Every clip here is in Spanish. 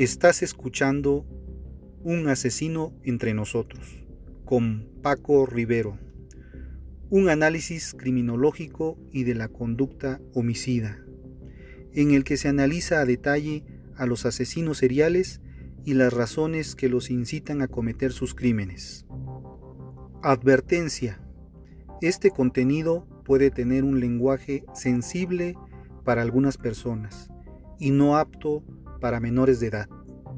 Estás escuchando Un asesino entre nosotros, con Paco Rivero. Un análisis criminológico y de la conducta homicida, en el que se analiza a detalle a los asesinos seriales y las razones que los incitan a cometer sus crímenes. Advertencia: este contenido puede tener un lenguaje sensible para algunas personas y no apto para menores de edad.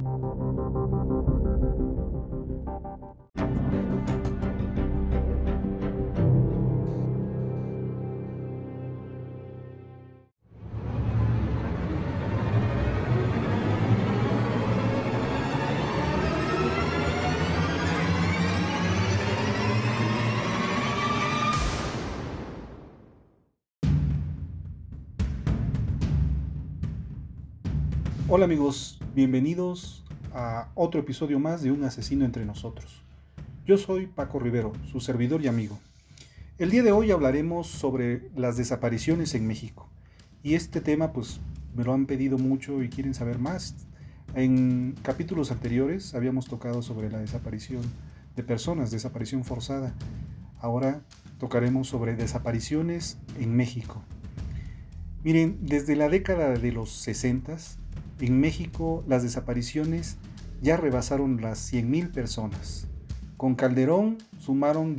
Hola amigos, bienvenidos a otro episodio más de Un asesino entre nosotros. Yo soy Paco Rivero, su servidor y amigo. El día de hoy hablaremos sobre las desapariciones en México. Y este tema pues me lo han pedido mucho y quieren saber más. En capítulos anteriores habíamos tocado sobre la desaparición de personas, desaparición forzada. Ahora tocaremos sobre desapariciones en México. Miren, desde la década de los 60, en México las desapariciones ya rebasaron las 100,000 personas. Con Calderón sumaron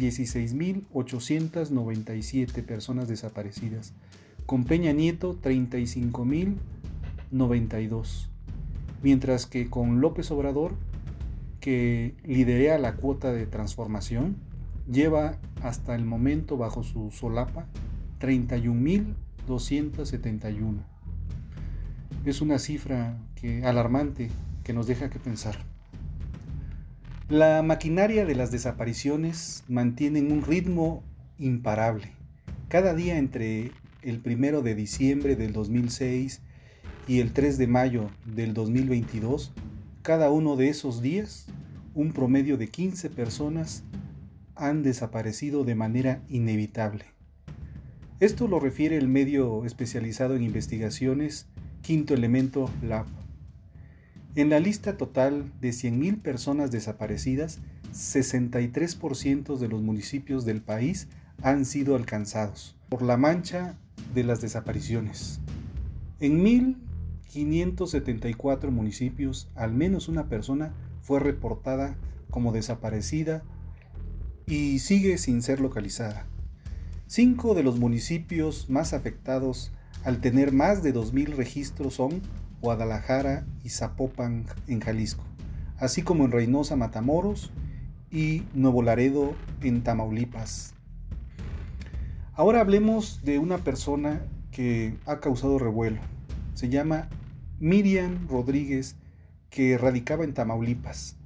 16,897 personas desaparecidas. Con Peña Nieto 35,092. Mientras que con López Obrador, que lidera la cuota de transformación, lleva hasta el momento bajo su solapa 31,271. Es una cifra alarmante que nos deja que pensar. La maquinaria de las desapariciones mantiene un ritmo imparable. Cada día entre el 1 de diciembre del 2006 y el 3 de mayo del 2022, cada uno de esos días, un promedio de 15 personas han desaparecido de manera inevitable. Esto lo refiere el medio especializado en investigaciones Quinto Elemento Lab. En la lista total de 100,000 personas desaparecidas, 63% de los municipios del país han sido alcanzados por la mancha de las desapariciones. En 1,574 municipios, al menos una persona fue reportada como desaparecida y sigue sin ser localizada. 5 de los municipios más afectados al tener más de 2,000 registros son Guadalajara y Zapopan en Jalisco, así como en Reynosa, Matamoros y Nuevo Laredo en Tamaulipas. Ahora hablemos de una persona que ha causado revuelo. Se llama Miriam Rodríguez, que radicaba en Tamaulipas.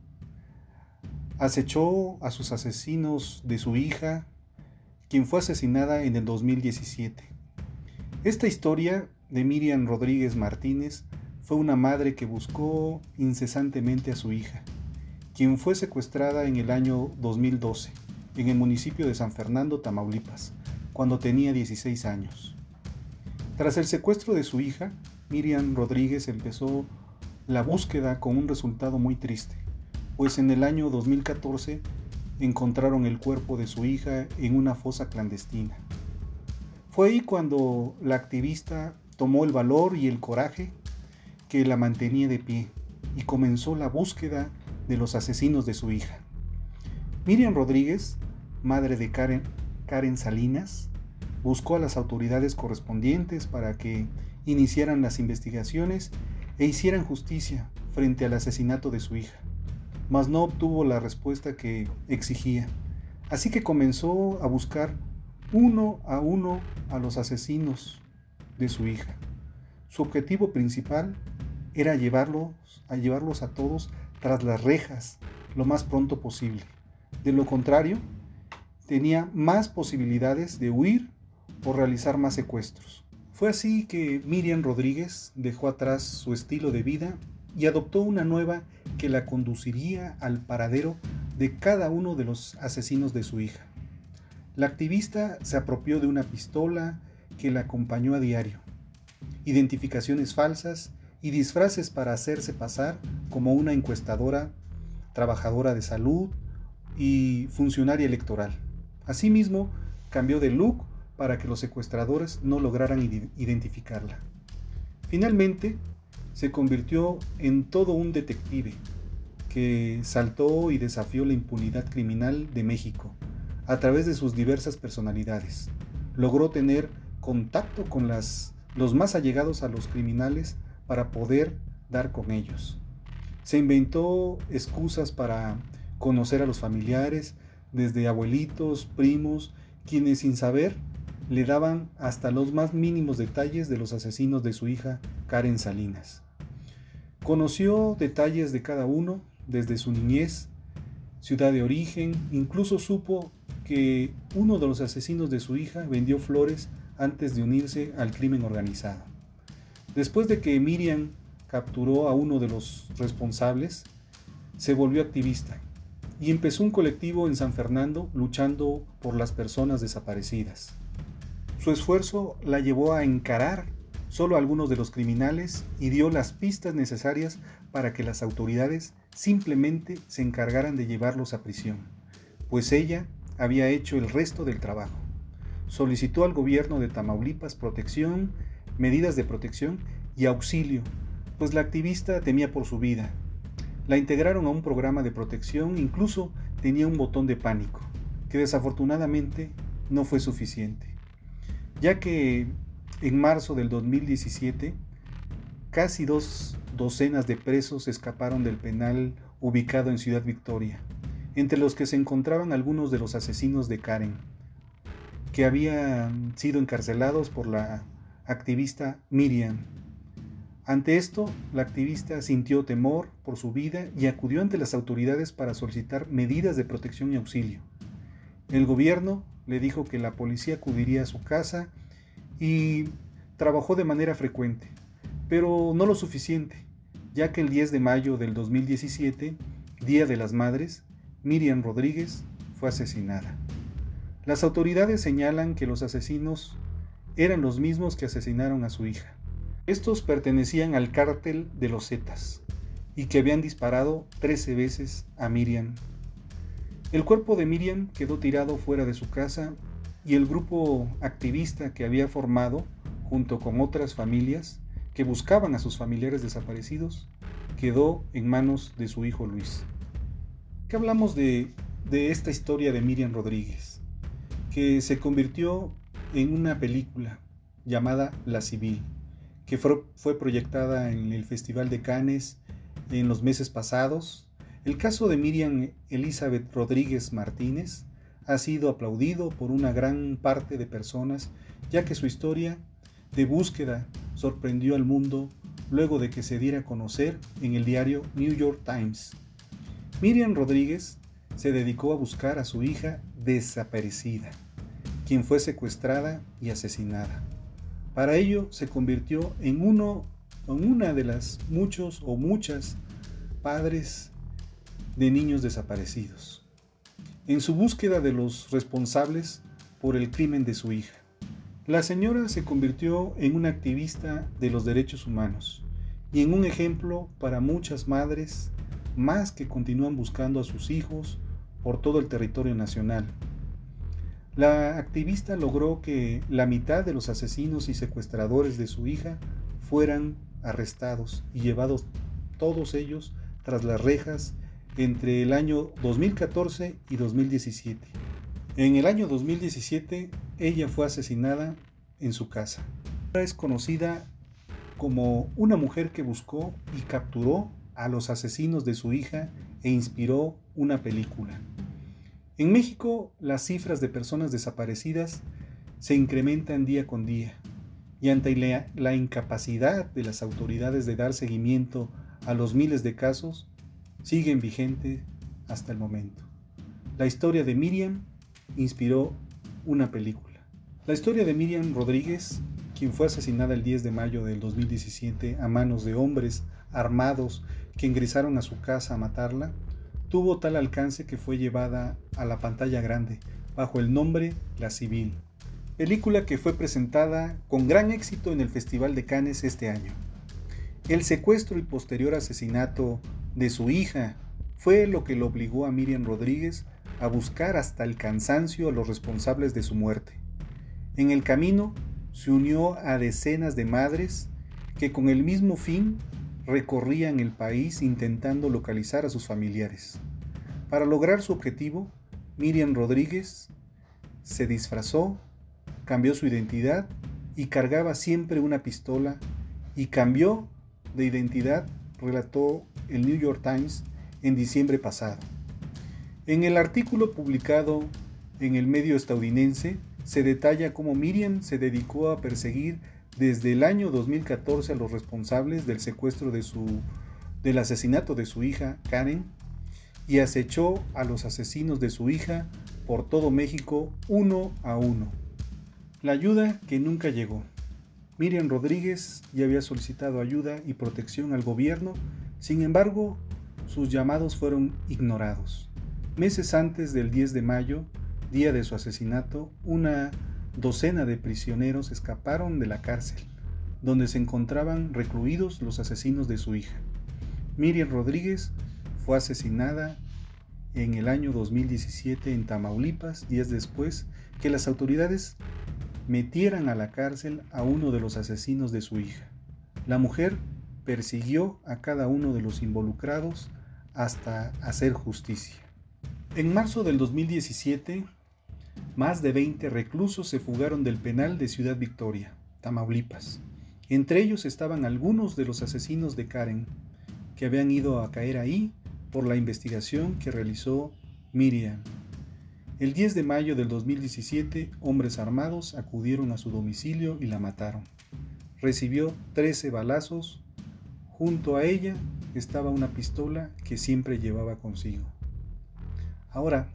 Acechó a sus asesinos de su hija, quien fue asesinada en el 2017. Esta historia de Miriam Rodríguez Martínez fue una madre que buscó incesantemente a su hija, quien fue secuestrada en el año 2012 en el municipio de San Fernando, Tamaulipas, cuando tenía 16 años. Tras el secuestro de su hija, Miriam Rodríguez empezó la búsqueda con un resultado muy triste, pues en el año 2014 encontraron el cuerpo de su hija en una fosa clandestina. Fue ahí cuando la activista tomó el valor y el coraje que la mantenía de pie y comenzó la búsqueda de los asesinos de su hija. Miriam Rodríguez, madre de Karen Salinas, buscó a las autoridades correspondientes para que iniciaran las investigaciones e hicieran justicia frente al asesinato de su hija, mas no obtuvo la respuesta que exigía. Así que comenzó a buscar uno a los asesinos de su hija. Su objetivo principal era llevarlos a todos tras las rejas lo más pronto posible. De lo contrario, tenía más posibilidades de huir o realizar más secuestros. Fue así que Miriam Rodríguez dejó atrás su estilo de vida y adoptó una nueva que la conduciría al paradero de cada uno de los asesinos de su hija. La activista se apropió de una pistola que la acompañó a diario, identificaciones falsas y disfraces para hacerse pasar como una encuestadora, trabajadora de salud y funcionaria electoral. Asimismo, cambió de look para que los secuestradores no lograran identificarla. Finalmente, se convirtió en todo un detective que saltó y desafió la impunidad criminal de México a través de sus diversas personalidades. Logró tener contacto con los más allegados a los criminales para poder dar con ellos. Se inventó excusas para conocer a los familiares, desde abuelitos, primos, quienes sin saber le daban hasta los más mínimos detalles de los asesinos de su hija Karen Salinas. Conoció detalles de cada uno, desde su niñez, ciudad de origen, incluso supo que uno de los asesinos de su hija vendió flores antes de unirse al crimen organizado. Después de que Miriam capturó a uno de los responsables, se volvió activista y empezó un colectivo en San Fernando luchando por las personas desaparecidas. Su esfuerzo la llevó a encarar solo a algunos de los criminales y dio las pistas necesarias para que las autoridades simplemente se encargaran de llevarlos a prisión, pues ella había hecho el resto del trabajo. Solicitó al gobierno de Tamaulipas protección, medidas de protección y auxilio, pues la activista temía por su vida. La integraron a un programa de protección, incluso tenía un botón de pánico, que desafortunadamente no fue suficiente, ya que en marzo del 2017 casi 2 docenas de presos escaparon del penal ubicado en Ciudad Victoria, entre los que se encontraban algunos de los asesinos de Karen, que habían sido encarcelados por la activista Miriam. Ante esto, la activista sintió temor por su vida y acudió ante las autoridades para solicitar medidas de protección y auxilio. El gobierno le dijo que la policía acudiría a su casa y trabajó de manera frecuente, pero no lo suficiente, ya que el 10 de mayo del 2017, Día de las Madres, Miriam Rodríguez fue asesinada. Las autoridades señalan que los asesinos eran los mismos que asesinaron a su hija. Estos pertenecían al cártel de los Zetas y que habían disparado 13 veces a Miriam. El cuerpo de Miriam quedó tirado fuera de su casa y el grupo activista que había formado, junto con otras familias que buscaban a sus familiares desaparecidos, quedó en manos de su hijo Luis. ¿Qué hablamos de esta historia de Miriam Rodríguez? Que se convirtió en una película llamada La Civil, que fue proyectada en el Festival de Cannes en los meses pasados. El caso de Miriam Elizabeth Rodríguez Martínez ha sido aplaudido por una gran parte de personas, ya que su historia de búsqueda sorprendió al mundo luego de que se diera a conocer en el diario New York Times. Miriam Rodríguez se dedicó a buscar a su hija desaparecida, quien fue secuestrada y asesinada. Para ello se convirtió en una de las muchas padres de niños desaparecidos, en su búsqueda de los responsables por el crimen de su hija. La señora se convirtió en una activista de los derechos humanos y en un ejemplo para muchas madres más que continúan buscando a sus hijos por todo el territorio nacional. La activista logró que la mitad de los asesinos y secuestradores de su hija fueran arrestados y llevados todos ellos tras las rejas entre el año 2014 y 2017. En el año 2017, ella fue asesinada en su casa. Es conocida como una mujer que buscó y capturó a los asesinos de su hija e inspiró una película. En México, las cifras de personas desaparecidas se incrementan día con día, y ante la incapacidad de las autoridades de dar seguimiento a los miles de casos, siguen vigentes hasta el momento. La historia de Miriam inspiró una película. La historia de Miriam Rodríguez, quien fue asesinada el 10 de mayo del 2017 a manos de hombres armados que ingresaron a su casa a matarla, tuvo tal alcance que fue llevada a la pantalla grande bajo el nombre La Civil, película que fue presentada con gran éxito en el Festival de Cannes este año. El secuestro y posterior asesinato de su hija fue lo que lo obligó a Miriam Rodríguez a buscar hasta el cansancio a los responsables de su muerte. En el camino se unió a decenas de madres que con el mismo fin recorrían el país intentando localizar a sus familiares. Para lograr su objetivo, Miriam Rodríguez se disfrazó, cambió su identidad y cargaba siempre una pistola, y cambió de identidad, relató el New York Times en diciembre pasado. En el artículo publicado en el medio estadounidense se detalla cómo Miriam se dedicó a perseguir desde el año 2014 a los responsables del secuestro del asesinato de su hija Karen, y acechó a los asesinos de su hija por todo México uno a uno. La ayuda que nunca llegó. Miriam Rodríguez ya había solicitado ayuda y protección al gobierno, sin embargo, sus llamados fueron ignorados. Meses antes del 10 de mayo, día de su asesinato, una docena de prisioneros escaparon de la cárcel, donde se encontraban recluidos los asesinos de su hija. Miriam Rodríguez fue asesinada en el año 2017 en Tamaulipas, días después que las autoridades metieran a la cárcel a uno de los asesinos de su hija. La mujer persiguió a cada uno de los involucrados hasta hacer justicia. En marzo del 2017, más de 20 reclusos se fugaron del penal de Ciudad Victoria, Tamaulipas. Entre ellos estaban algunos de los asesinos de Karen, que habían ido a caer ahí por la investigación que realizó Miriam. El 10 de mayo del 2017, hombres armados acudieron a su domicilio y la mataron. Recibió 13 balazos. Junto a ella estaba una pistola que siempre llevaba consigo. Ahora,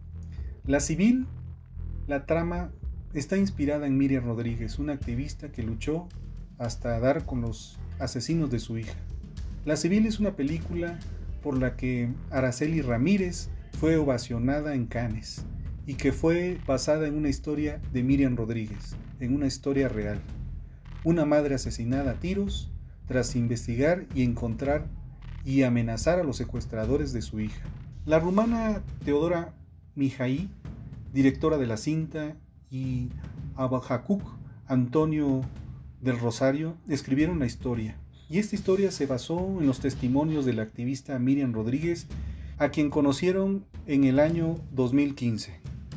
la trama está inspirada en Miriam Rodríguez, una activista que luchó hasta dar con los asesinos de su hija. La Civil es una película por la que Araceli Ramírez fue ovacionada en Cannes y que fue basada en una historia de Miriam Rodríguez, en una historia real. Una madre asesinada a tiros tras investigar y encontrar y amenazar a los secuestradores de su hija. La rumana Teodora Mihai, directora de la cinta, y Abajacuc Antonio del Rosario escribieron la historia. Y esta historia se basó en los testimonios de la activista Miriam Rodríguez, a quien conocieron en el año 2015.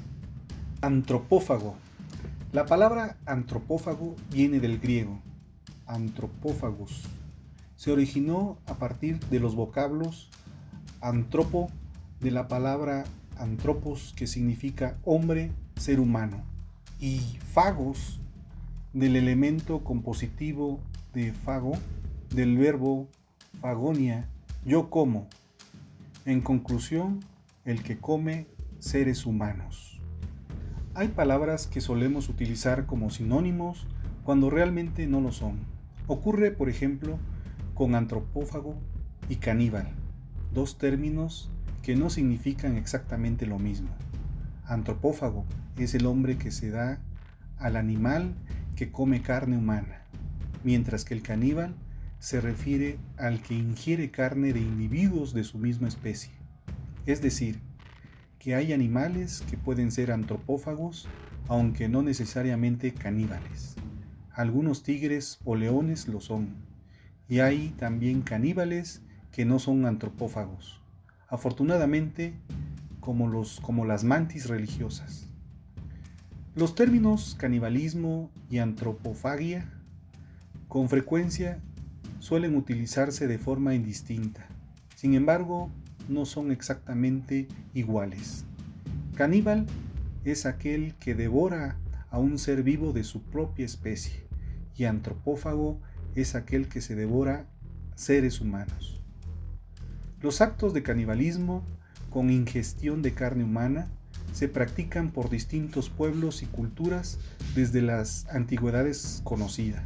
Antropófago. La palabra antropófago viene del griego antropófagos. Se originó a partir de los vocablos antropo, de la palabra antropos, que significa hombre, ser humano, y fagos, del elemento compositivo de fago, del verbo fagonia, yo como. En conclusión, el que come seres humanos. Hay palabras que solemos utilizar como sinónimos cuando realmente no lo son. Ocurre, por ejemplo, con antropófago y caníbal, dos términos que no significan exactamente lo mismo. Antropófago es el hombre que se da al animal que come carne humana, mientras que el caníbal se refiere al que ingiere carne de individuos de su misma especie. Es decir, que hay animales que pueden ser antropófagos, aunque no necesariamente caníbales. Algunos tigres o leones lo son, y hay también caníbales que no son antropófagos, afortunadamente como las mantis religiosas. Los términos canibalismo y antropofagia con frecuencia suelen utilizarse de forma indistinta, sin embargo no son exactamente iguales. Caníbal es aquel que devora a un ser vivo de su propia especie, y antropófago es aquel que se devora seres humanos. Los actos de canibalismo con ingestión de carne humana se practican por distintos pueblos y culturas desde las antigüedades conocidas.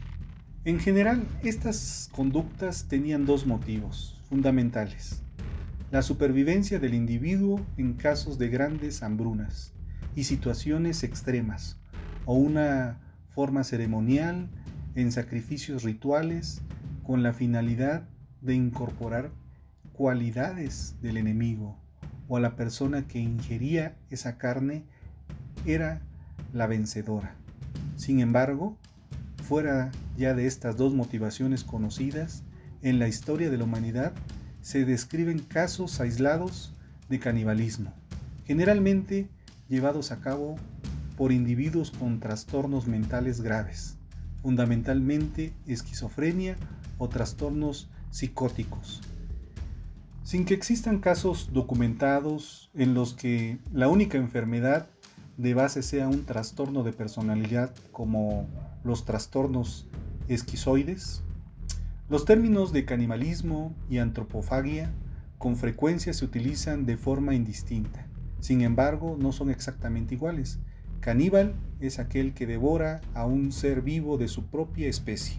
En general, estas conductas tenían dos motivos fundamentales: la supervivencia del individuo en casos de grandes hambrunas y situaciones extremas, o una forma ceremonial en sacrificios rituales con la finalidad de incorporar cualidades del enemigo o a la persona que ingería esa carne era la vencedora. Sin embargo, fuera ya de estas dos motivaciones conocidas, en la historia de la humanidad se describen casos aislados de canibalismo, generalmente llevados a cabo por individuos con trastornos mentales graves, fundamentalmente esquizofrenia o trastornos psicóticos. Sin que existan casos documentados en los que la única enfermedad de base sea un trastorno de personalidad como los trastornos esquizoides, los términos de canibalismo y antropofagia con frecuencia se utilizan de forma indistinta. Sin embargo, no son exactamente iguales. Caníbal es aquel que devora a un ser vivo de su propia especie,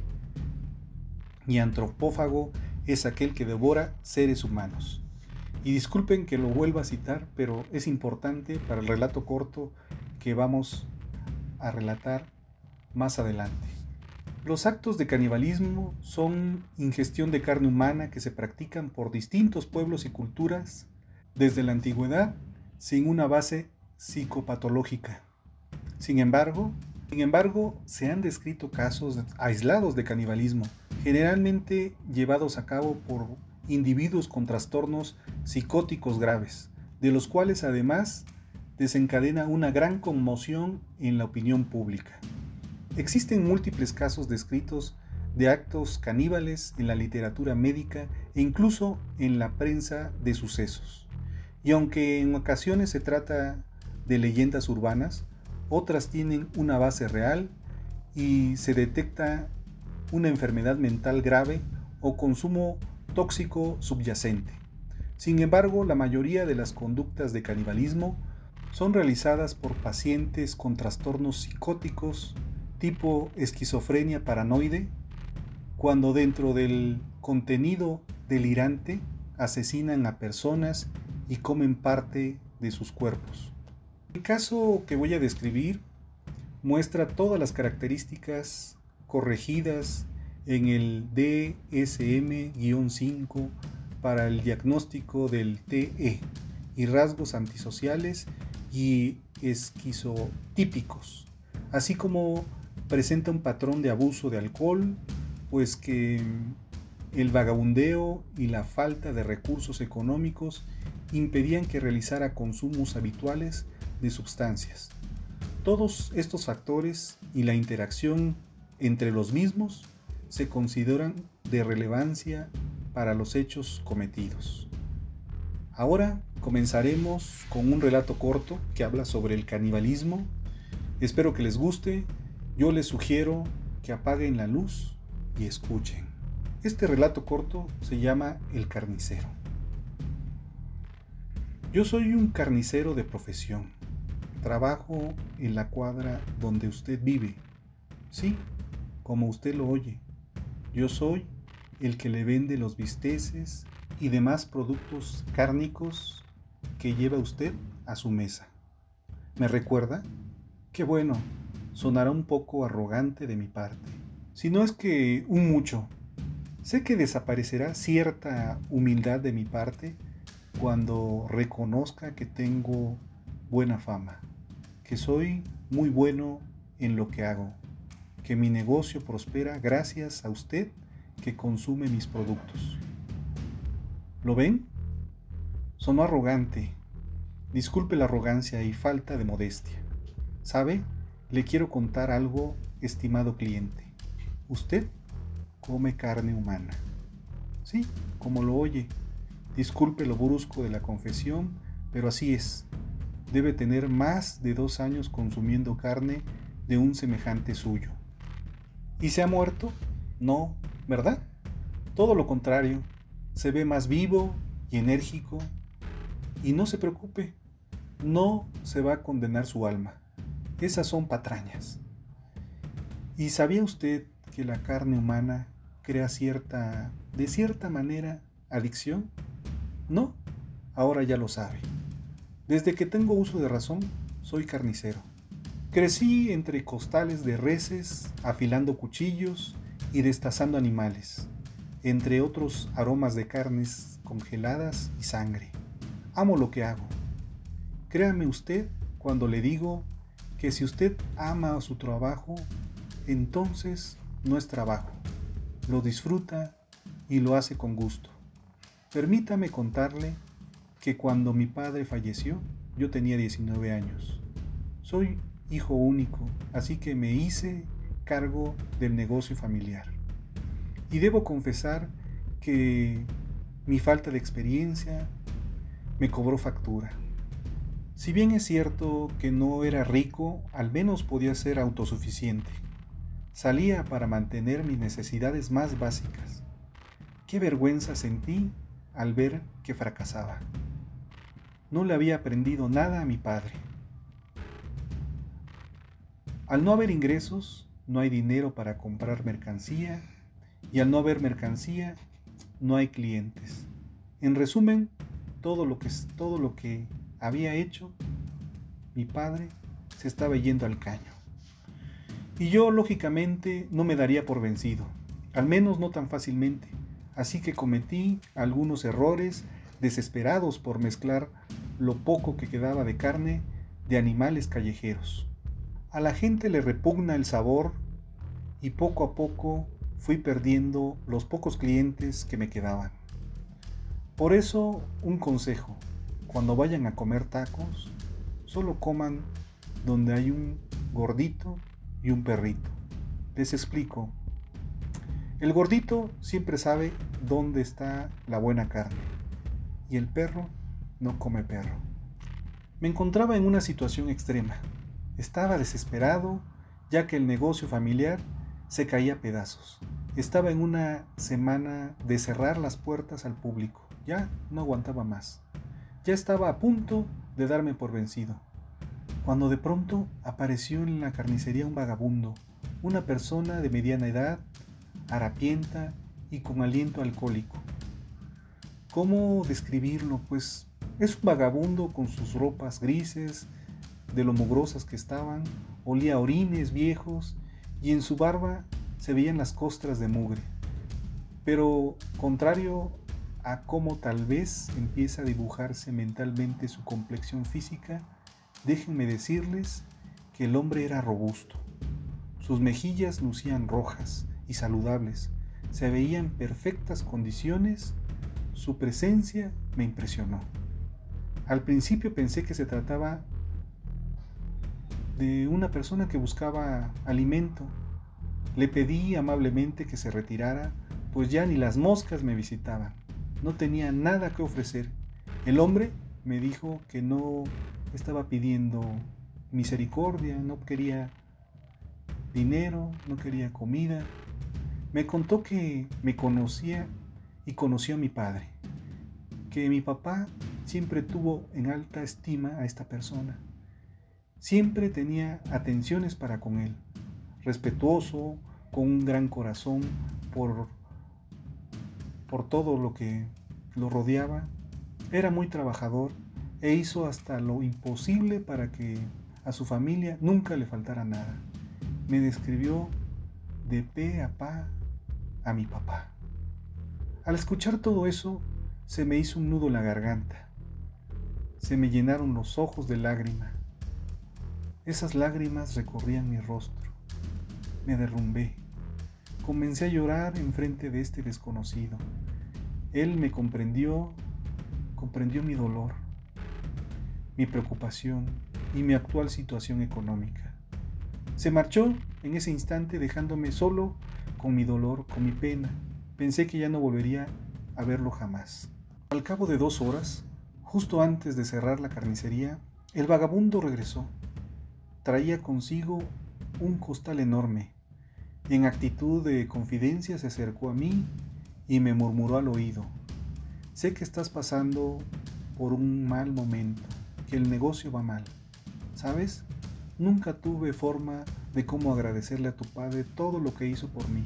y antropófago es aquel que devora seres humanos. Y disculpen que lo vuelva a citar, pero es importante para el relato corto que vamos a relatar más adelante. Los actos de canibalismo son ingestión de carne humana que se practican por distintos pueblos y culturas desde la antigüedad sin una base psicopatológica. Sin embargo, se han descrito casos aislados de canibalismo, generalmente llevados a cabo por individuos con trastornos psicóticos graves, de los cuales además desencadena una gran conmoción en la opinión pública. Existen múltiples casos descritos de actos caníbales en la literatura médica e incluso en la prensa de sucesos. Y aunque en ocasiones se trata de leyendas urbanas, otras tienen una base real y se detecta una enfermedad mental grave o consumo tóxico subyacente. Sin embargo, la mayoría de las conductas de canibalismo son realizadas por pacientes con trastornos psicóticos tipo esquizofrenia paranoide, cuando dentro del contenido delirante asesinan a personas y comen parte de sus cuerpos. El caso que voy a describir muestra todas las características corregidas en el DSM-5 para el diagnóstico del TE y rasgos antisociales y esquizotípicos, así como presenta un patrón de abuso de alcohol, pues que el vagabundeo y la falta de recursos económicos impedían que realizara consumos habituales de sustancias. Todos estos factores y la interacción entre los mismos se consideran de relevancia para los hechos cometidos. Ahora comenzaremos con un relato corto que habla sobre el canibalismo. Espero que les guste. Yo les sugiero que apaguen la luz y escuchen. Este relato corto se llama El carnicero. Yo soy un carnicero de profesión. Trabajo en la cuadra donde usted vive. Sí, como usted lo oye. Yo soy el que le vende los bisteces y demás productos cárnicos que lleva usted a su mesa. ¿Me recuerda? Qué bueno, sonará un poco arrogante de mi parte. Si no es que un mucho. Sé que desaparecerá cierta humildad de mi parte cuando reconozca que tengo buena fama, que soy muy bueno en lo que hago, que mi negocio prospera gracias a usted que consume mis productos. ¿Lo ven? Sonó arrogante. Disculpe la arrogancia y falta de modestia. ¿Sabe? Le quiero contar algo, estimado cliente. Usted come carne humana. Sí, como lo oye. Disculpe lo brusco de la confesión, pero así es. Debe tener más de 2 años consumiendo carne de un semejante suyo. ¿Y se ha muerto? No, ¿verdad? Todo lo contrario. Se ve más vivo y enérgico. Y no se preocupe, no se va a condenar su alma. Esas son patrañas. ¿Y sabía usted que la carne humana crea de cierta manera, adicción? No, ahora ya lo sabe. Desde que tengo uso de razón, soy carnicero. Crecí entre costales de reses, afilando cuchillos y destazando animales. entre otros aromas de carnes congeladas y sangre. Amo lo que hago. Créame usted cuando le digo que si usted ama su trabajo, entonces no es trabajo. Lo disfruta y lo hace con gusto. Permítame contarle que cuando mi padre falleció, yo tenía 19 años. Soy hijo único, así que me hice cargo del negocio familiar. Y debo confesar que mi falta de experiencia me cobró factura. Si bien es cierto que no era rico, al menos podía ser autosuficiente. Salía para mantener mis necesidades más básicas. Qué vergüenza sentí al ver que fracasaba. No le había aprendido nada a mi padre. Al no haber ingresos, no hay dinero para comprar mercancía, y al no haber mercancía, no hay clientes. En resumen, todo lo que había hecho mi padre se estaba yendo al caño. Y yo, lógicamente, no me daría por vencido, al menos no tan fácilmente. Así que cometí algunos errores desesperados por mezclar lo poco que quedaba de carne de animales callejeros. A la gente le repugna el sabor y poco a poco fui perdiendo los pocos clientes que me quedaban. Por eso, un consejo: cuando vayan a comer tacos, solo coman donde hay un gordito y un perrito. Les explico. El gordito siempre sabe dónde está la buena carne y el perro no come perro. Me encontraba en una situación extrema. Estaba desesperado ya que el negocio familiar se caía a pedazos. Estaba en una semana de cerrar las puertas al público. Ya no aguantaba más. Ya estaba a punto de darme por vencido, cuando de pronto apareció en la carnicería un vagabundo, una persona de mediana edad, harapienta y con aliento alcohólico. ¿Cómo describirlo? Pues es un vagabundo con sus ropas grises, de lo mugrosas que estaban, olía a orines viejos y en su barba se veían las costras de mugre. Pero contrario a cómo tal vez empieza a dibujarse mentalmente su complexión física, déjenme decirles que el hombre era robusto. Sus mejillas lucían rojas y saludables, se veía en perfectas condiciones. Su presencia me impresionó. Al principio pensé que se trataba de una persona que buscaba alimento. Le pedí amablemente que se retirara, pues ya ni las moscas me visitaban. No tenía nada que ofrecer. El hombre me dijo que no estaba pidiendo misericordia, no quería dinero, no quería comida. Me contó que me conocía y conoció a mi padre, que mi papá siempre tuvo en alta estima a esta persona. Siempre tenía atenciones para con él, respetuoso, con un gran corazón por todo lo que lo rodeaba. Era muy trabajador e hizo hasta lo imposible para que a su familia nunca le faltara nada. Me describió de pe a pa a mi papá. Al escuchar todo eso, se me hizo un nudo en la garganta. Se me llenaron los ojos de lágrimas. Esas lágrimas recorrían mi rostro. Me derrumbé. Comencé a llorar enfrente de este desconocido. Él me comprendió mi dolor, mi preocupación y mi actual situación económica. Se marchó en ese instante dejándome solo con mi dolor, con mi pena. Pensé que ya no volvería a verlo jamás. Al cabo de 2 horas, justo antes de cerrar la carnicería, el vagabundo regresó. Traía consigo un costal enorme. En actitud de confidencia se acercó a mí y me murmuró al oído: sé que estás pasando por un mal momento, que el negocio va mal. ¿Sabes? Nunca tuve forma de cómo agradecerle a tu padre todo lo que hizo por mí.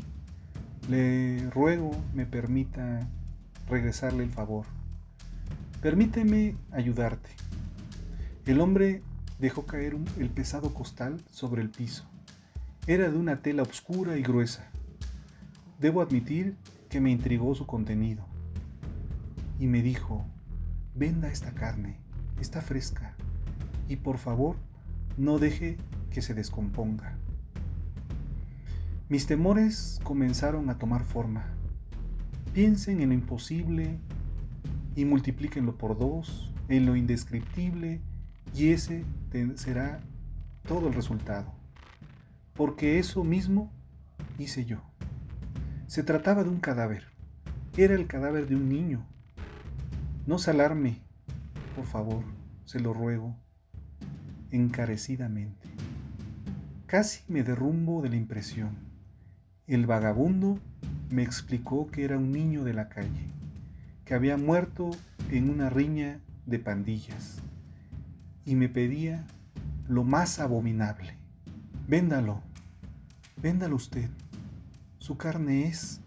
Le ruego me permita regresarle el favor. Permíteme ayudarte. El hombre dejó caer el pesado costal sobre el piso. Era de una tela oscura y gruesa. Debo admitir que me intrigó su contenido y me dijo: venda esta carne, está fresca y por favor no deje que se descomponga. Mis temores comenzaron a tomar forma. Piensen en lo imposible y multiplíquenlo por 2, en lo indescriptible, y ese será todo el resultado. Porque eso mismo hice yo. Se trataba de un cadáver. Era el cadáver de un niño. No se alarme, por favor, se lo ruego, encarecidamente. Casi me derrumbo de la impresión. El vagabundo me explicó que era un niño de la calle, que había muerto en una riña de pandillas, y me pedía lo más abominable: véndalo, véndalo usted, su carne es...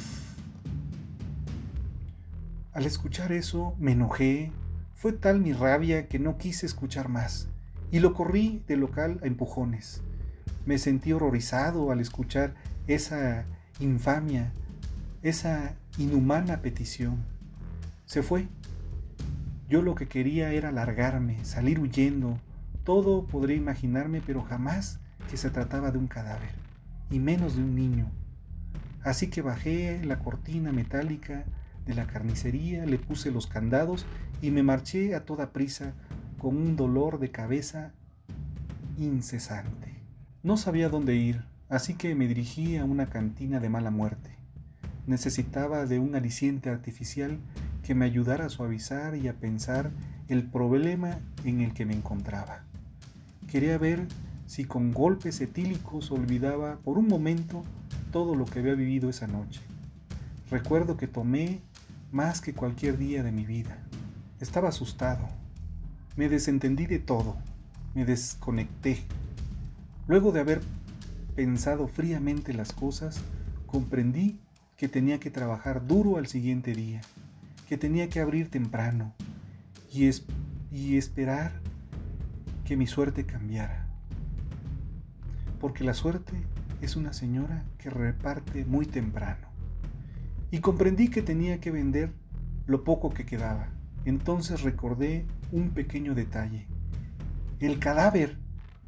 Al escuchar eso me enojé, fue tal mi rabia que no quise escuchar más, y lo corrí del local a empujones. Me sentí horrorizado al escuchar esa infamia, esa inhumana petición. Se fue. Yo lo que quería era largarme, salir huyendo. Todo podría imaginarme, pero jamás que se trataba de un cadáver, y menos de un niño. Así que bajé la cortina metálica de la carnicería, le puse los candados y me marché a toda prisa con un dolor de cabeza incesante. No sabía dónde ir, así que me dirigí a una cantina de mala muerte. Necesitaba de un aliciente artificial que me ayudara a suavizar y a pensar el problema en el que me encontraba. Quería ver si con golpes etílicos olvidaba por un momento todo lo que había vivido esa noche. Recuerdo que tomé más que cualquier día de mi vida. Estaba asustado. Me desentendí de todo. Me desconecté. Luego de haber pensado fríamente las cosas, comprendí que tenía que trabajar duro al siguiente día, que tenía que abrir temprano y esperar que mi suerte cambiara. Porque la suerte es una señora que reparte muy temprano. Y comprendí que tenía que vender lo poco que quedaba. Entonces recordé un pequeño detalle. El cadáver.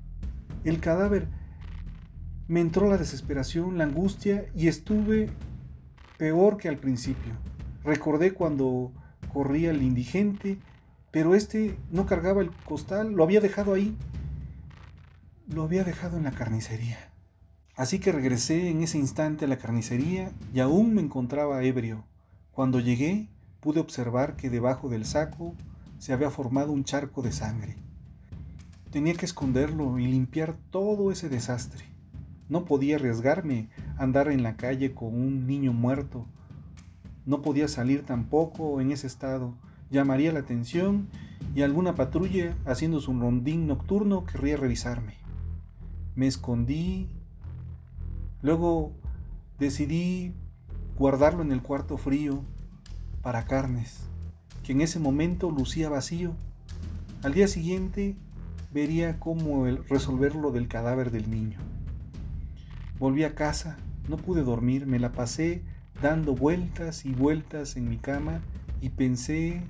Me entró la desesperación, la angustia, y estuve peor que al principio. Recordé cuando corría el indigente, pero no cargaba el costal, lo había dejado ahí. Lo había dejado en la carnicería. Así que regresé en ese instante a la carnicería y aún me encontraba ebrio. Cuando llegué, pude observar que debajo del saco se había formado un charco de sangre. Tenía que esconderlo y limpiar todo ese desastre. No podía arriesgarme a andar en la calle con un niño muerto. No podía salir tampoco en ese estado. Llamaría la atención y alguna patrulla haciendo su rondín nocturno querría revisarme. Me escondí. Luego decidí guardarlo en el cuarto frío para carnes, que en ese momento lucía vacío. Al día siguiente vería cómo resolver lo del cadáver del niño. Volví a casa, no pude dormir, me la pasé dando vueltas y vueltas en mi cama y pensé.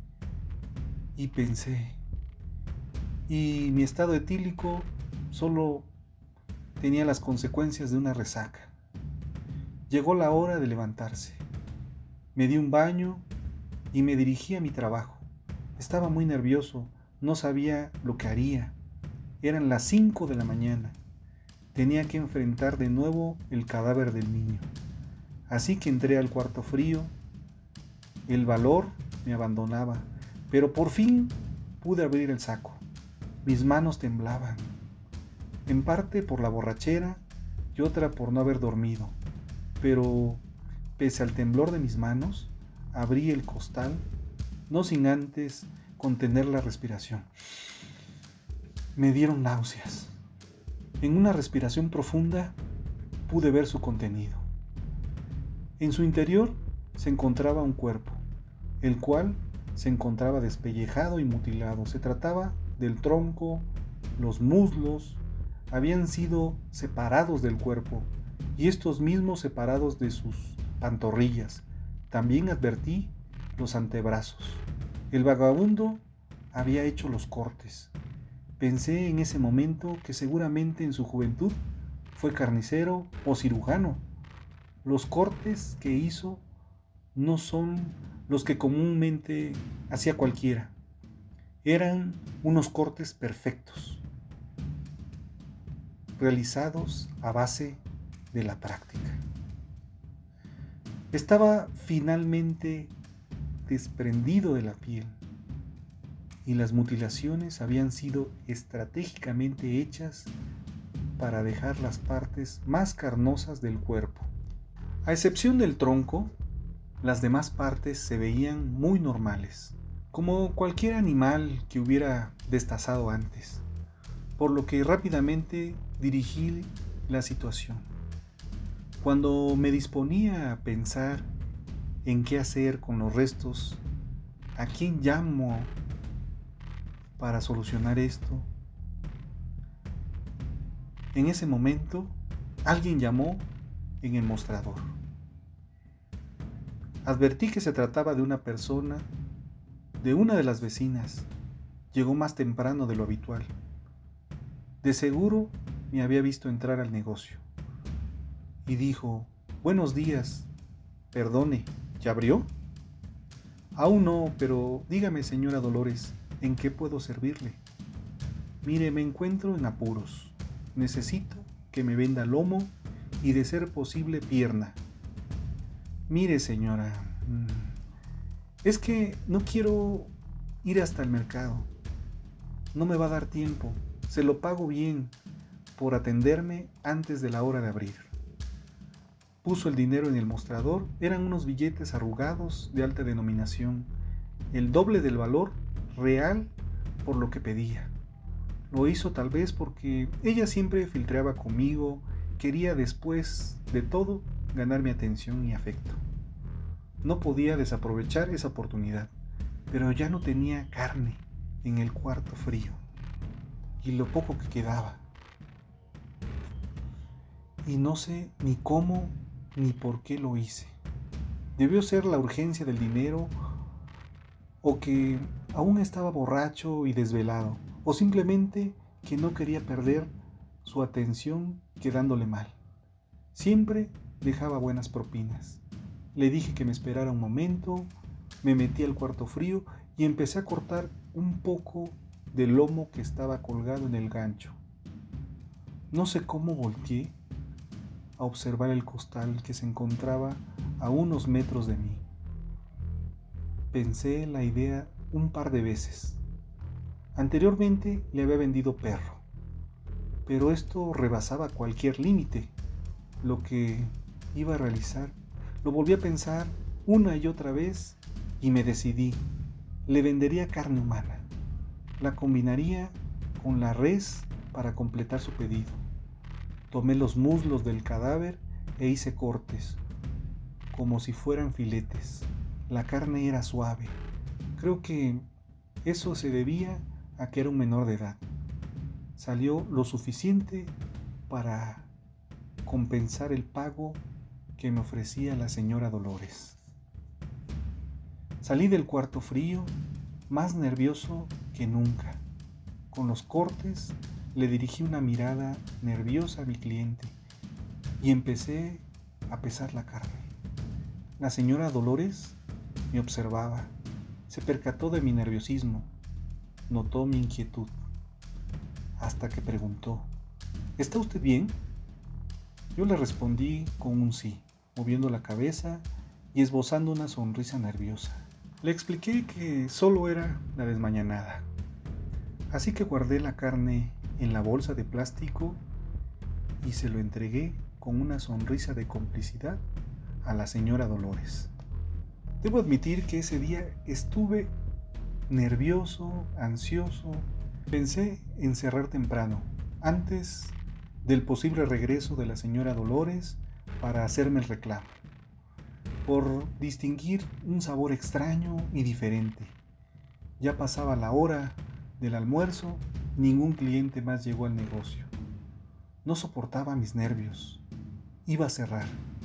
Y mi estado etílico solo tenía las consecuencias de una resaca. Llegó la hora de levantarse. Me di un baño y me dirigí a mi trabajo. Estaba muy nervioso, no sabía lo que haría. Eran las 5 de la mañana. Tenía que enfrentar de nuevo el cadáver del niño. Así que entré al cuarto frío. El valor me abandonaba, pero por fin pude abrir el saco. Mis manos temblaban, en parte por la borrachera y otra por no haber dormido. Pero, pese al temblor de mis manos, abrí el costal, no sin antes contener la respiración. Me dieron náuseas. En una respiración profunda pude ver su contenido. En su interior se encontraba un cuerpo, el cual se encontraba despellejado y mutilado. Se trataba del tronco, los muslos, habían sido separados del cuerpo, y estos mismos separados de sus pantorrillas. También advertí los antebrazos. El vagabundo había hecho los cortes. Pensé en ese momento que seguramente en su juventud fue carnicero o cirujano. Los cortes que hizo no son los que comúnmente hacía cualquiera. Eran unos cortes perfectos, realizados a base de la práctica. Estaba finalmente desprendido de la piel y las mutilaciones habían sido estratégicamente hechas para dejar las partes más carnosas del cuerpo. A excepción del tronco, las demás partes se veían muy normales, como cualquier animal que hubiera destazado antes, por lo que rápidamente dirigí la situación. Cuando me disponía a pensar en qué hacer con los restos, ¿a quién llamo para solucionar esto? En ese momento, alguien llamó en el mostrador. Advertí que se trataba de una persona, de una de las vecinas. Llegó más temprano de lo habitual. De seguro me había visto entrar al negocio. Y dijo: «Buenos días, perdone, ¿ya abrió?» «Aún no, pero dígame, señora Dolores, ¿en qué puedo servirle?» «Mire, me encuentro en apuros. Necesito que me venda lomo y, de ser posible, pierna». «Mire, señora, es que no quiero ir hasta el mercado. No me va a dar tiempo. Se lo pago bien por atenderme antes de la hora de abrir». Puso el dinero en el mostrador. Eran unos billetes arrugados de alta denominación, el doble del valor real por lo que pedía. Lo hizo tal vez porque ella siempre filtreaba conmigo, quería después de todo ganar mi atención y afecto. No podía desaprovechar esa oportunidad, pero ya no tenía carne en el cuarto frío, y lo poco que quedaba. Y no sé ni cómo ni por qué lo hice. Debió ser la urgencia del dinero, o que aún estaba borracho y desvelado, o simplemente que no quería perder su atención quedándole mal. Siempre dejaba buenas propinas. Le dije que me esperara un momento, me metí al cuarto frío y empecé a cortar un poco del lomo que estaba colgado en el gancho. No sé cómo volteé a observar el costal que se encontraba a unos metros de mí. Pensé la idea un par de veces. Anteriormente le había vendido perro, pero esto rebasaba cualquier límite. Lo que iba a realizar, lo volví a pensar una y otra vez y me decidí. Le vendería carne humana. La combinaría con la res para completar su pedido. Tomé los muslos del cadáver e hice cortes, como si fueran filetes. La carne era suave. Creo que eso se debía a que era un menor de edad. Salió lo suficiente para compensar el pago que me ofrecía la señora Dolores. Salí del cuarto frío, más nervioso que nunca. Con los cortes le dirigí una mirada nerviosa a mi cliente y empecé a pesar la carne. La señora Dolores me observaba, se percató de mi nerviosismo, notó mi inquietud, hasta que preguntó: «¿Está usted bien?». Yo le respondí con un sí, moviendo la cabeza y esbozando una sonrisa nerviosa. Le expliqué que solo era la desmañanada, así que guardé la carne en la bolsa de plástico y se lo entregué con una sonrisa de complicidad a la señora Dolores. Debo admitir que ese día estuve nervioso, ansioso. Pensé en cerrar temprano, antes del posible regreso de la señora Dolores, para hacerme el reclamo, por distinguir un sabor extraño y diferente. Ya pasaba la hora del almuerzo, ningún cliente más llegó al negocio. No soportaba mis nervios. Iba a cerrar.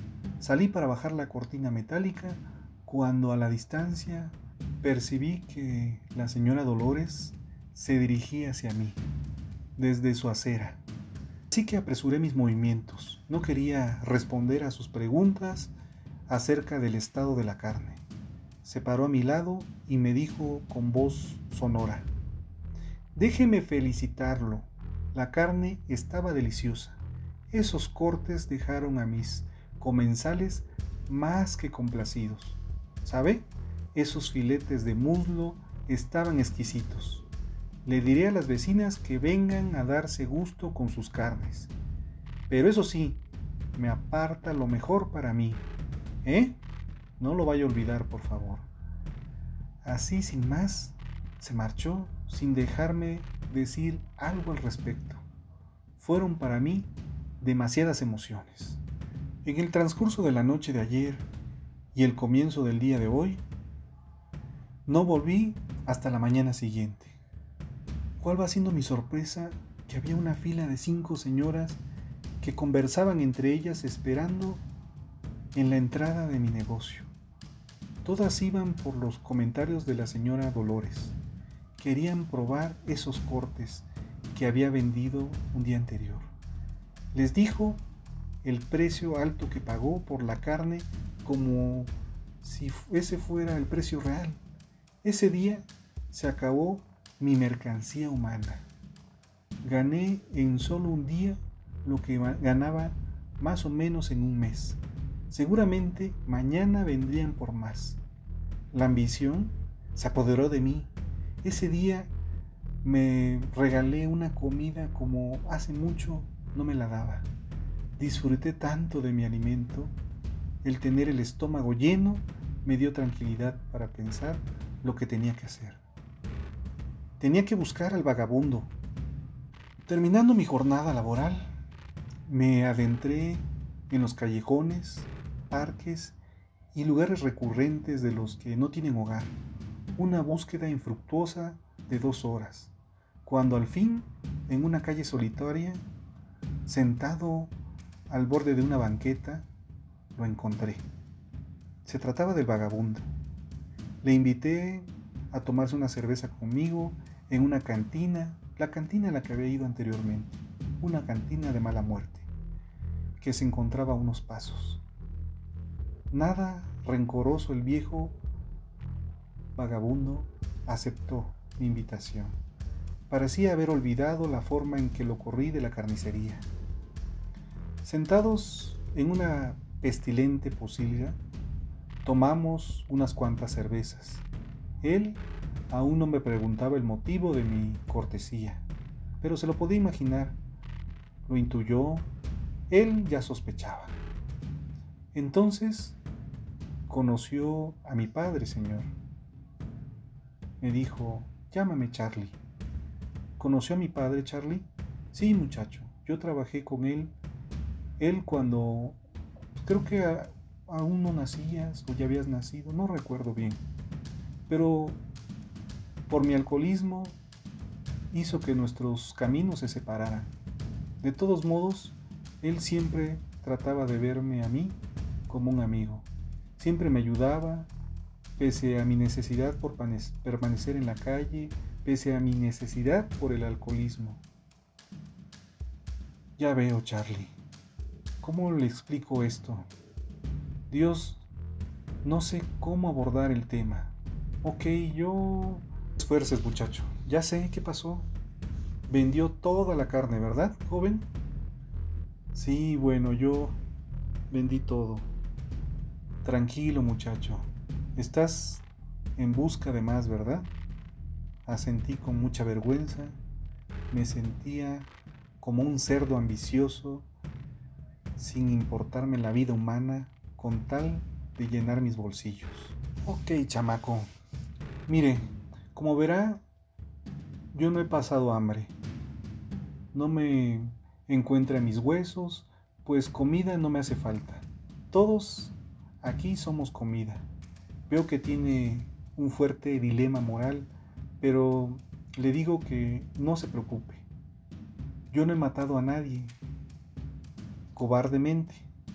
Salí para bajar la cortina metálica cuando a la distancia percibí que la señora Dolores se dirigía hacia mí desde su acera. Así que apresuré mis movimientos. No quería responder a sus preguntas acerca del estado de la carne. Se paró a mi lado y me dijo con voz sonora: «Déjeme felicitarlo. La carne estaba deliciosa. Esos cortes dejaron a mis comensales más que complacidos. ¿Sabe? Esos filetes de muslo estaban exquisitos. Le diré a las vecinas que vengan a darse gusto con sus carnes. Pero eso sí, me aparta lo mejor para mí. ¿Eh? No lo vaya a olvidar, por favor». Así, sin más, se marchó sin dejarme decir algo al respecto. Fueron para mí demasiadas emociones. En el transcurso de la noche de ayer y el comienzo del día de hoy, no volví hasta la mañana siguiente. ¿Cuál va siendo mi sorpresa? Que había una fila de 5 señoras que conversaban entre ellas esperando en la entrada de mi negocio. Todas iban por los comentarios de la señora Dolores. Querían probar esos cortes que había vendido un día anterior. Les dijo el precio alto que pagó por la carne como si ese fuera el precio real. Ese día se acabó mi mercancía humana. Gané en solo un día lo que ganaba más o menos en un mes. Seguramente mañana vendrían por más. La ambición se apoderó de mí. Ese día me regalé una comida como hace mucho no me la daba. Disfruté tanto de mi alimento. El tener el estómago lleno me dio tranquilidad para pensar lo que tenía que hacer. Tenía que buscar al vagabundo. Terminando mi jornada laboral, me adentré en los callejones, parques y lugares recurrentes de los que no tienen hogar. Una búsqueda infructuosa de 2 horas, cuando al fin, en una calle solitaria, sentado al borde de una banqueta, lo encontré. Se trataba del vagabundo. Le invité a tomarse una cerveza conmigo en una cantina, la cantina a la que había ido anteriormente, una cantina de mala muerte, que se encontraba a unos pasos. Nada rencoroso, el viejo vagabundo aceptó mi invitación. Parecía haber olvidado la forma en que lo corrí de la carnicería. Sentados en una pestilente pocilga, tomamos unas cuantas cervezas. Él aún no me preguntaba el motivo de mi cortesía, pero se lo podía imaginar. Lo intuyó, él ya sospechaba. Entonces conoció a mi padre, señor. Me dijo: «Llámame Charlie». ¿Conoció a mi padre, Charlie? Sí, muchacho, yo trabajé con él. Él cuando, creo que aún no nacías o ya habías nacido, no recuerdo bien. Pero por mi alcoholismo hizo que nuestros caminos se separaran. De todos modos, él siempre trataba de verme a mí como un amigo. Siempre me ayudaba, pese a mi necesidad por permanecer en la calle, pese a mi necesidad por el alcoholismo. Ya veo, Charlie. ¿Cómo le explico esto? Dios, no sé cómo abordar el tema. Ok, yo... Esfuerces, muchacho. Ya sé qué pasó. Vendió toda la carne, ¿verdad, joven? Sí, bueno, yo vendí todo. Tranquilo, muchacho. Estás en busca de más, ¿verdad? Asentí con mucha vergüenza. Me sentía como un cerdo ambicioso, sin importarme la vida humana, con tal de llenar mis bolsillos. Ok, chamaco. Mire, como verá, yo no he pasado hambre. No me encuentra mis huesos, pues comida no me hace falta. Todos aquí somos comida. Veo que tiene un fuerte dilema moral, pero le digo que no se preocupe. Yo no he matado a nadie cobardemente.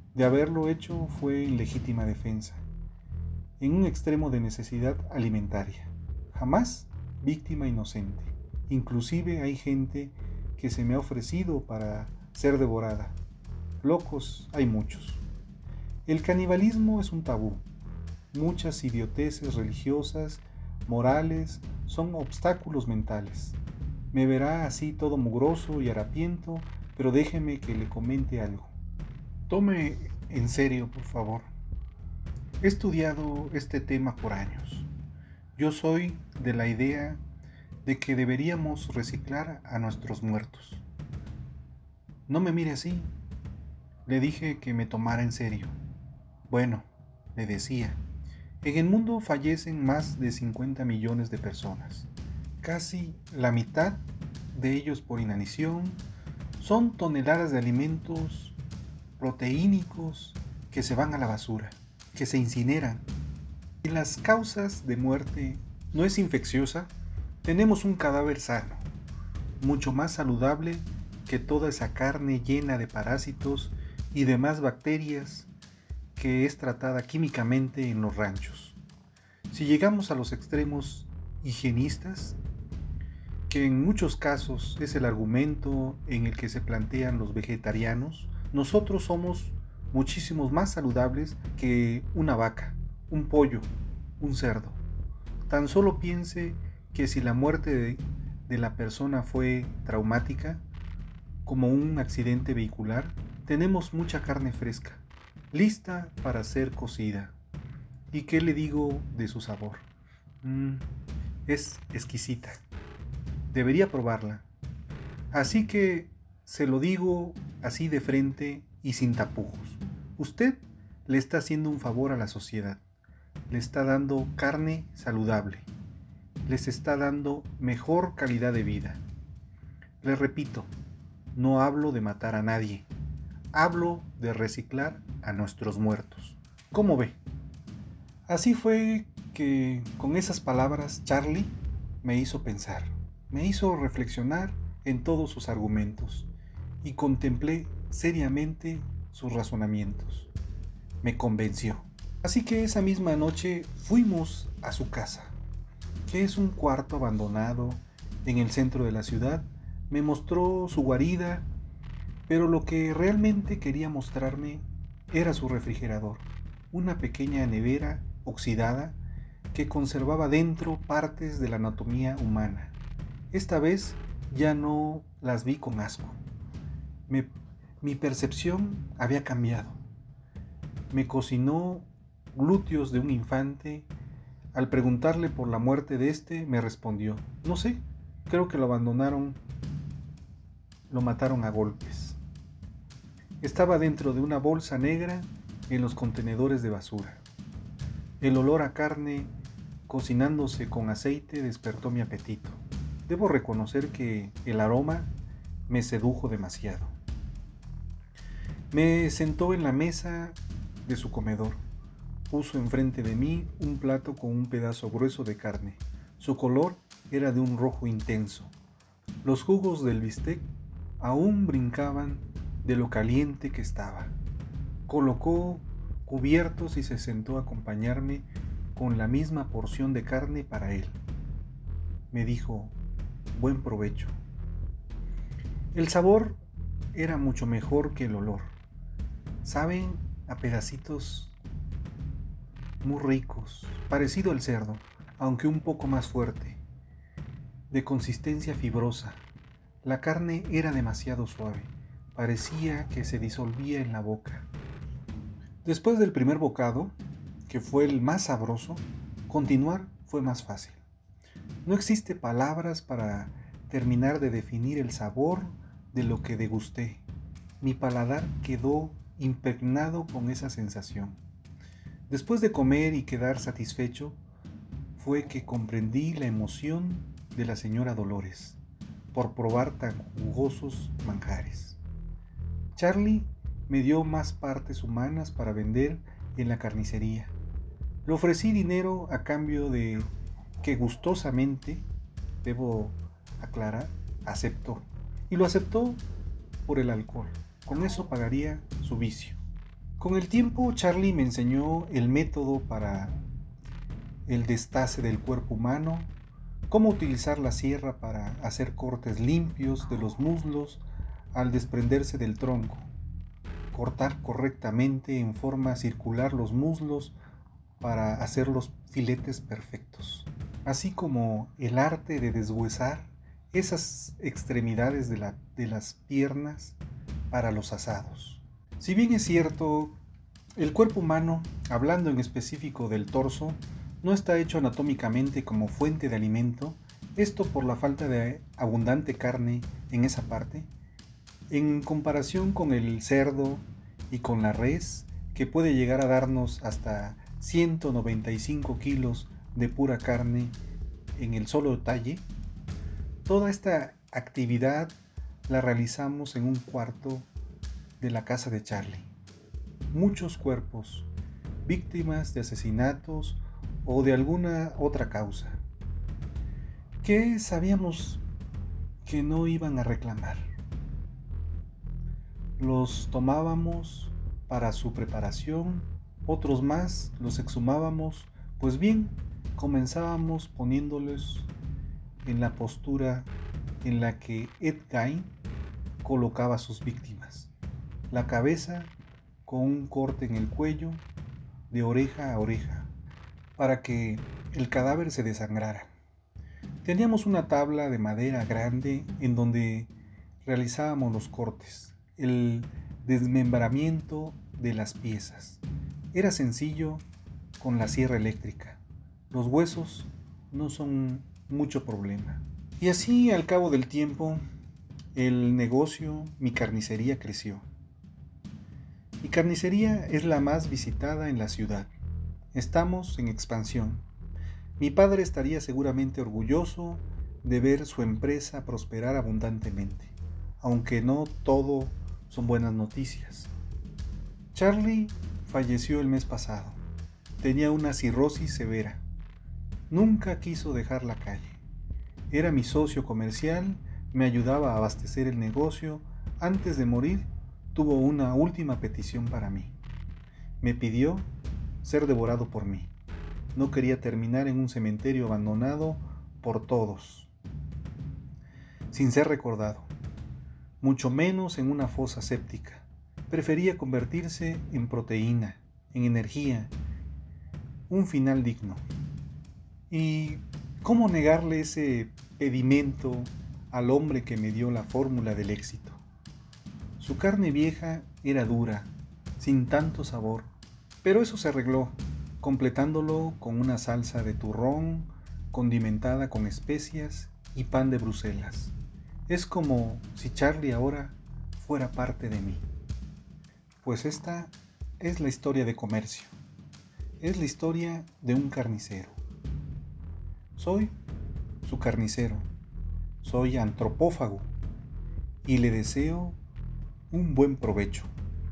De haberlo hecho fue en legítima defensa, en un extremo de necesidad alimentaria. Jamás víctima inocente. Inclusive hay gente que se me ha ofrecido para ser devorada. Locos hay muchos. El canibalismo es un tabú. Muchas idioteces religiosas, morales, son obstáculos mentales. Me verá así todo mugroso y harapiento, pero déjeme que le comente algo. Tome en serio, por favor. He estudiado este tema por años. Yo soy de la idea de que deberíamos reciclar a nuestros muertos. No me mire así. Le dije que me tomara en serio. Bueno, le decía, en el mundo fallecen más de 50 millones de personas. Casi la mitad de ellos por inanición. Son toneladas de alimentos proteínicos que se van a la basura, que se incineran. Y las causas de muerte no es infecciosa. Tenemos un cadáver sano, mucho más saludable que toda esa carne llena de parásitos y demás bacterias que es tratada químicamente en los ranchos. Si llegamos a los extremos higienistas, que en muchos casos es el argumento en el que se plantean los vegetarianos, nosotros somos muchísimos más saludables que una vaca, un pollo, un cerdo. Tan solo piense que si la muerte de la persona fue traumática, como un accidente vehicular, tenemos mucha carne fresca, lista para ser cocida. ¿Y qué le digo de su sabor? Es exquisita. Debería probarla. Así que se lo digo así de frente y sin tapujos. Usted le está haciendo un favor a la sociedad. Le está dando carne saludable. Les está dando mejor calidad de vida. Les repito, no hablo de matar a nadie. Hablo de reciclar a nuestros muertos. ¿Cómo ve? Así fue que con esas palabras Charlie me hizo pensar, me hizo reflexionar en todos sus argumentos y contemplé seriamente sus razonamientos. Me convenció. Así que esa misma noche fuimos a su casa, que es un cuarto abandonado en el centro de la ciudad. Me mostró su guarida, pero lo que realmente quería mostrarme era su refrigerador, una pequeña nevera oxidada que conservaba dentro partes de la anatomía humana. Esta vez ya no las vi con asco. Mi percepción había cambiado. Me cocinó glúteos de un infante. Al preguntarle por la muerte de este, me respondió: no sé, creo que lo abandonaron, lo mataron a golpes. Estaba dentro de una bolsa negra en los contenedores de basura. El olor a carne cocinándose con aceite despertó mi apetito. Debo reconocer que el aroma me sedujo demasiado. Me sentó en la mesa de su comedor. Puso enfrente de mí un plato con un pedazo grueso de carne. Su color era de un rojo intenso. Los jugos del bistec aún brincaban de lo caliente que estaba. Colocó cubiertos y se sentó a acompañarme con la misma porción de carne para él. Me dijo: buen provecho. El sabor era mucho mejor que el olor. Saben a pedacitos muy ricos, parecido al cerdo, aunque un poco más fuerte, de consistencia fibrosa. La carne era demasiado suave, parecía que se disolvía en la boca. Después del primer bocado, que fue el más sabroso, continuar fue más fácil. No existe palabras para terminar de definir el sabor de lo que degusté. Mi paladar quedó impregnado con esa sensación. Después de comer y quedar satisfecho, fue que comprendí la emoción de la señora Dolores por probar tan jugosos manjares. Charlie me dio más partes humanas para vender en la carnicería. Le ofrecí dinero a cambio de que gustosamente, debo aclarar, aceptó. Y lo aceptó por el alcohol. Con eso pagaría su vicio. Con el tiempo, Charlie me enseñó el método para el destace del cuerpo humano, cómo utilizar la sierra para hacer cortes limpios de los muslos al desprenderse del tronco, cortar correctamente en forma circular los muslos para hacer los filetes perfectos, así como el arte de deshuesar esas extremidades de las piernas para los asados. Si bien es cierto, el cuerpo humano, hablando en específico del torso, no está hecho anatómicamente como fuente de alimento, esto por la falta de abundante carne en esa parte, en comparación con el cerdo y con la res, que puede llegar a darnos hasta 195 kilos de pura carne en el solo talle. Toda esta actividad la realizamos en un cuarto de la casa de Charlie. Muchos cuerpos, víctimas de asesinatos o de alguna otra causa, que sabíamos que no iban a reclamar. Los tomábamos para su preparación, otros más los exhumábamos, pues bien, comenzábamos poniéndolos en la postura en la que Ed Gein colocaba a sus víctimas, la cabeza con un corte en el cuello, de oreja a oreja, para que el cadáver se desangrara. Teníamos una tabla de madera grande en donde realizábamos los cortes, el desmembramiento de las piezas. Era sencillo con la sierra eléctrica. Los huesos no son mucho problema. Y así, al cabo del tiempo, el negocio, mi carnicería, creció. Mi carnicería es la más visitada en la ciudad. Estamos en expansión. Mi padre estaría seguramente orgulloso de ver su empresa prosperar abundantemente, aunque no todo son buenas noticias. Charlie falleció el mes pasado. Tenía una cirrosis severa. Nunca quiso dejar la calle. Era mi socio comercial, me ayudaba a abastecer el negocio. Antes de morir, tuvo una última petición para mí. Me pidió ser devorado por mí. No quería terminar en un cementerio abandonado por todos, sin ser recordado, mucho menos en una fosa séptica. Prefería convertirse en proteína, en energía, un final digno. ¿Y cómo negarle ese pedimento al hombre que me dio la fórmula del éxito? Su carne vieja era dura, sin tanto sabor, pero eso se arregló, completándolo con una salsa de turrón condimentada con especias y pan de Bruselas. Es como si Charlie ahora fuera parte de mí. Pues esta es la historia de comercio. Es la historia de un carnicero. Soy su carnicero. Soy antropófago y le deseo un buen provecho.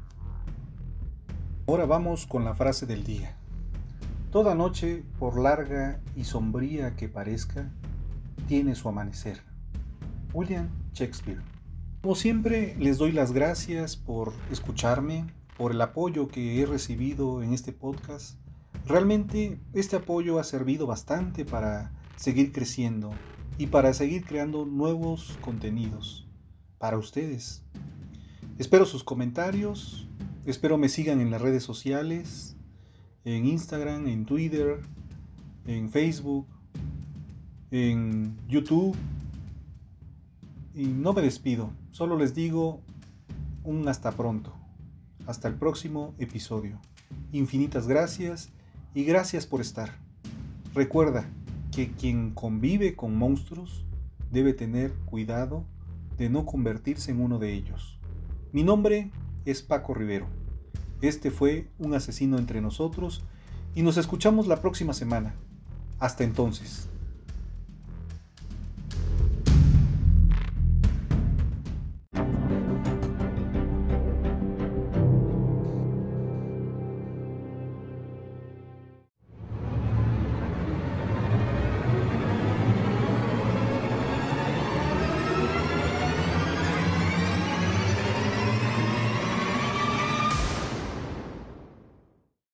Ahora vamos con la frase del día. Toda noche, por larga y sombría que parezca, tiene su amanecer. William Shakespeare. Como siempre, les doy las gracias por escucharme, por el apoyo que he recibido en este podcast. Realmente este apoyo ha servido bastante para seguir creciendo y para seguir creando nuevos contenidos para ustedes. Espero sus comentarios, espero me sigan en las redes sociales, en Instagram, en Twitter, en Facebook, en YouTube. Y no me despido, solo les digo un hasta pronto. Hasta el próximo episodio. Infinitas gracias y gracias por estar. Recuerda que quien convive con monstruos debe tener cuidado de no convertirse en uno de ellos. Mi nombre es Paco Rivero. Este fue Un Asesino Entre Nosotros y nos escuchamos la próxima semana. Hasta entonces.